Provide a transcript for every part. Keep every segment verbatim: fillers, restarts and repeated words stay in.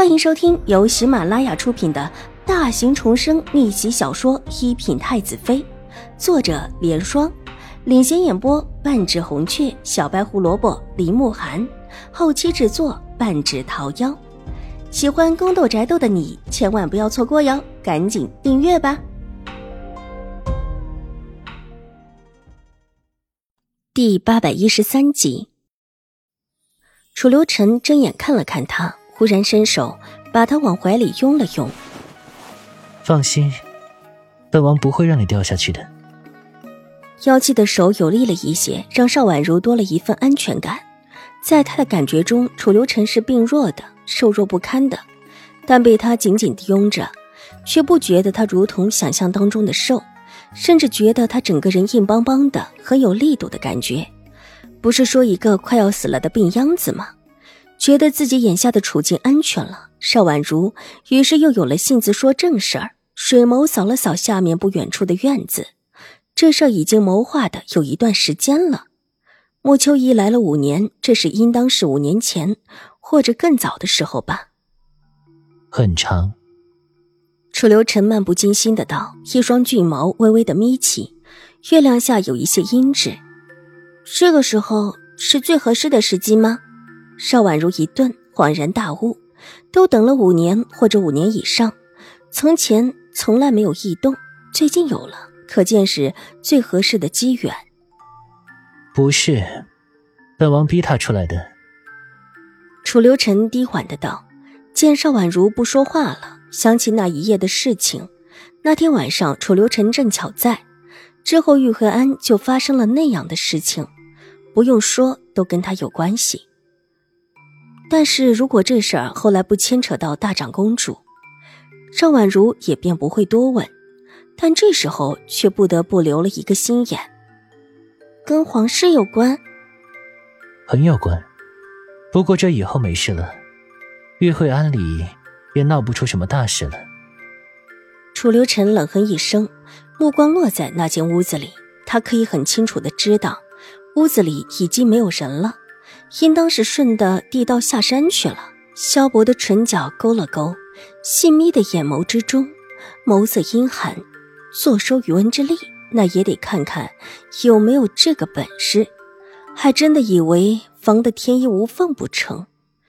欢迎收听由喜马拉雅出品的大型重生逆袭小说《一品太子妃》，作者莲霜，领衔演播半指红雀、小白胡萝卜、林慕寒，后期制作半指桃夭。喜欢宫斗宅斗的你千万不要错过哟，赶紧订阅吧。第八百一十三集，楚留臣睁眼看了看他，忽然伸手把他往怀里拥了拥。 放心，本王不会让你掉下去的。 妖姬的手有力了一些，让邵婉如多了一份安全感。在他的感觉中，楚留臣是病弱的，瘦弱不堪的，但被他紧紧地拥着，却不觉得他如同想象当中的瘦，甚至觉得他整个人硬邦邦的，很有力度的感觉。不是说一个快要死了的病秧子吗？觉得自己眼下的处境安全了，邵婉如于是又有了性子说正事儿，水眸扫了扫下面不远处的院子。这事儿已经谋划的有一段时间了。莫秋怡来了五年，这是应当是五年前或者更早的时候吧。 很长。 楚留臣漫不经心的道，一双巨眸微微的眯起，月亮下有一些阴鸷。这个时候是最合适的时机吗？邵婉如一顿，恍然大悟，都等了五年或者五年以上，从前从来没有异动，最近有了，可见是最合适的机缘。 不是，本王逼他出来的。 楚留臣低缓的道，见邵婉如不说话了，想起那一夜的事情。那天晚上楚留臣正巧在，之后玉慧安就发生了那样的事情，不用说都跟他有关系。但是如果这事儿后来不牵扯到大长公主，邵婉如也便不会多问，但这时候却不得不留了一个心眼。跟皇室有关？ 很有关，不过这以后没事了，玉慧庵里也闹不出什么大事了。 楚留臣冷哼一声，目光落在那间屋子里，他可以很清楚地知道屋子里已经没有人了，应当是顺的地道下山去了。萧薄的唇角勾了勾，细眯的眼眸之中眸色阴寒，坐收渔翁之利，那也得看看有没有这个本事，还真的以为防得天衣无缝不成。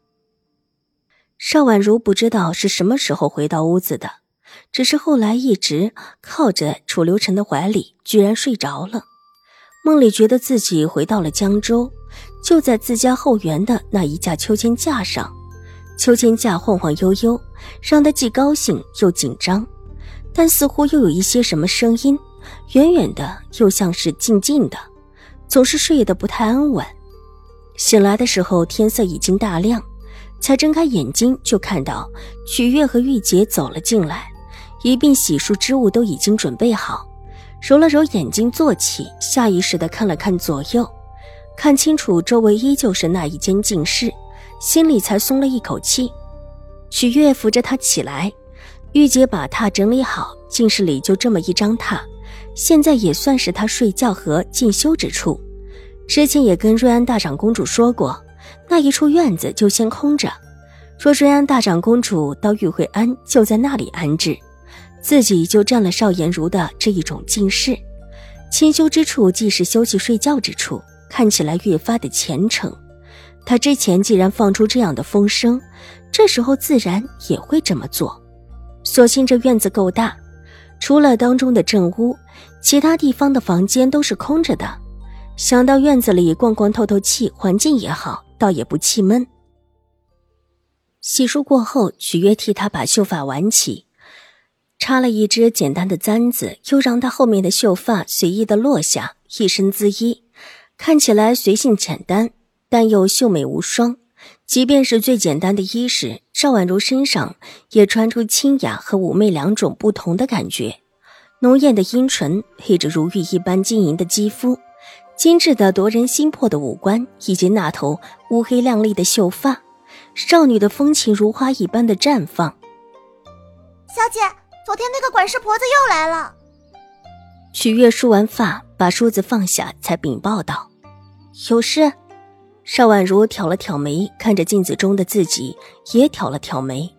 邵婉如不知道是什么时候回到屋子的，只是后来一直靠着楚留臣的怀里，居然睡着了。梦里觉得自己回到了江州，就在自家后园的那一架秋千架上，秋千架晃晃悠悠，让他既高兴又紧张，但似乎又有一些什么声音，远远的又像是静静的，总是睡得不太安稳。醒来的时候天色已经大亮，才睁开眼睛就看到曲月和玉洁走了进来，一并洗漱之物都已经准备好，揉了揉眼睛坐起，下意识地看了看左右，看清楚周围依旧是那一间静室，心里才松了一口气。曲月扶着他起来，玉洁把榻整理好，静室里就这么一张榻，现在也算是他睡觉和进修之处。之前也跟瑞安大长公主说过，那一处院子就先空着，若瑞安大长公主到玉慧庵就在那里安置，自己就占了邵颜如的这一种静室。清修之处既是休息睡觉之处，看起来越发的虔诚。他之前既然放出这样的风声，这时候自然也会这么做。所幸这院子够大，除了当中的正屋，其他地方的房间都是空着的。想到院子里逛逛透透气，环境也好，倒也不气闷。洗漱过后，曲月替他把秀发挽起，插了一支简单的簪子，又让他后面的秀发随意地落下，一身缁衣，看起来随性简单，但又秀美无双。即便是最简单的衣饰，邵婉如身上也传出清雅和妩媚两种不同的感觉。浓艳的阴唇配着如玉一般晶莹的肌肤，精致的夺人心魄的五官，以及那头乌黑亮丽的秀发，少女的风情如花一般的绽放。 小姐，昨天那个管事婆子又来了。 曲月梳完发，把梳子放下，才禀报道：有事？邵婉如挑了挑眉，看着镜子中的自己，也挑了挑眉，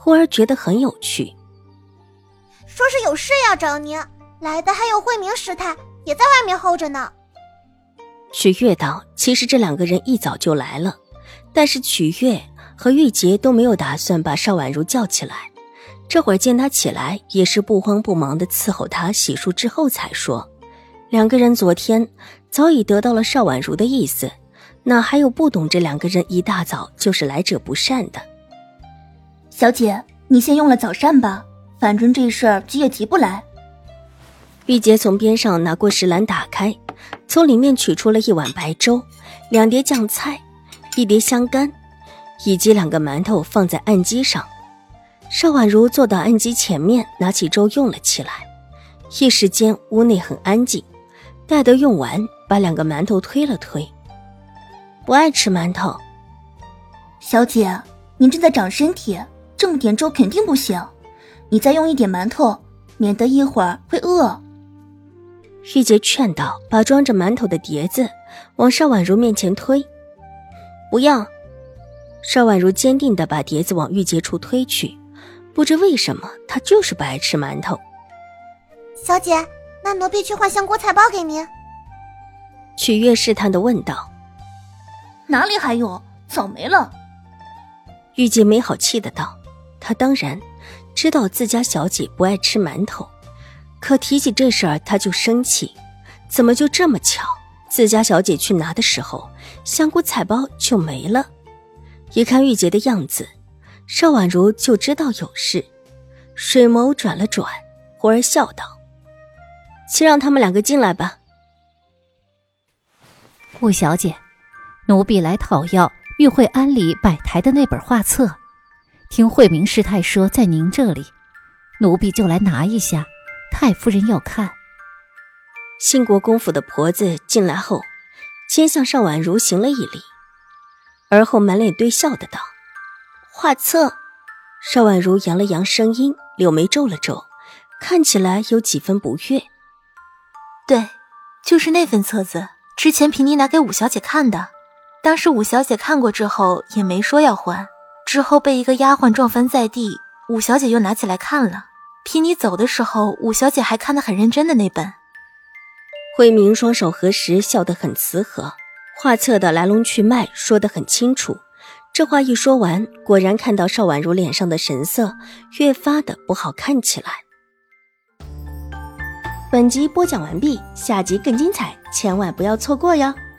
忽而觉得很有趣。 说是有事要找你，来的还有慧明师太，也在外面候着呢。 曲月道，其实这两个人一早就来了，但是曲月和玉洁都没有打算把邵婉如叫起来。这会儿见他起来，也是不慌不忙地伺候他洗漱之后才说，两个人昨天早已得到了邵婉如的意思，哪还有不懂这两个人一大早就是来者不善的。 小姐，你先用了早膳吧，反正这事儿急也急不来。 玉洁从边上拿过石篮打开，从里面取出了一碗白粥，两碟酱菜，一碟香干，以及两个馒头放在案几上。邵婉如坐到案几前面，拿起粥用了起来。一时间屋内很安静，待得用完，把两个馒头推了推。不爱吃馒头。 小姐，您正在长身体，这么点粥肯定不行，你再用一点馒头，免得一会儿会饿。 玉洁劝道，把装着馒头的碟子往邵婉如面前推。不要。邵婉如坚定地把碟子往玉洁处推去，不知为什么她就是不爱吃馒头。 小姐，那奴婢去换香菇菜包给您。 曲月试探地问道。 哪里还有，早没了。 玉洁没好气的道，她当然知道自家小姐不爱吃馒头，可提起这事儿她就生气，怎么就这么巧，自家小姐去拿的时候，香菇菜包就没了。一看玉洁的样子，邵婉如就知道有事，水眸转了转，忽而笑道，先让他们两个进来吧。 五小姐，奴婢来讨要玉慧庵里摆台的那本画册，听慧明师太说在您这里，奴婢就来拿一下，太夫人要看。 兴国公府的婆子进来后，先向邵婉如行了一礼，而后满脸堆笑的道，画册。邵婉如扬了扬声音，柳眉皱了皱，看起来有几分不悦。 对，就是那份册子，之前凭你拿给五小姐看的，当时五小姐看过之后也没说要还，之后被一个丫鬟撞翻在地，五小姐又拿起来看了，凭你走的时候五小姐还看得很认真的那本。 慧明双手合十，笑得很慈和，画册的来龙去脉说得很清楚。这话一说完，果然看到邵婉如脸上的神色越发的不好看起来。本集播讲完毕，下集更精彩，千万不要错过哟。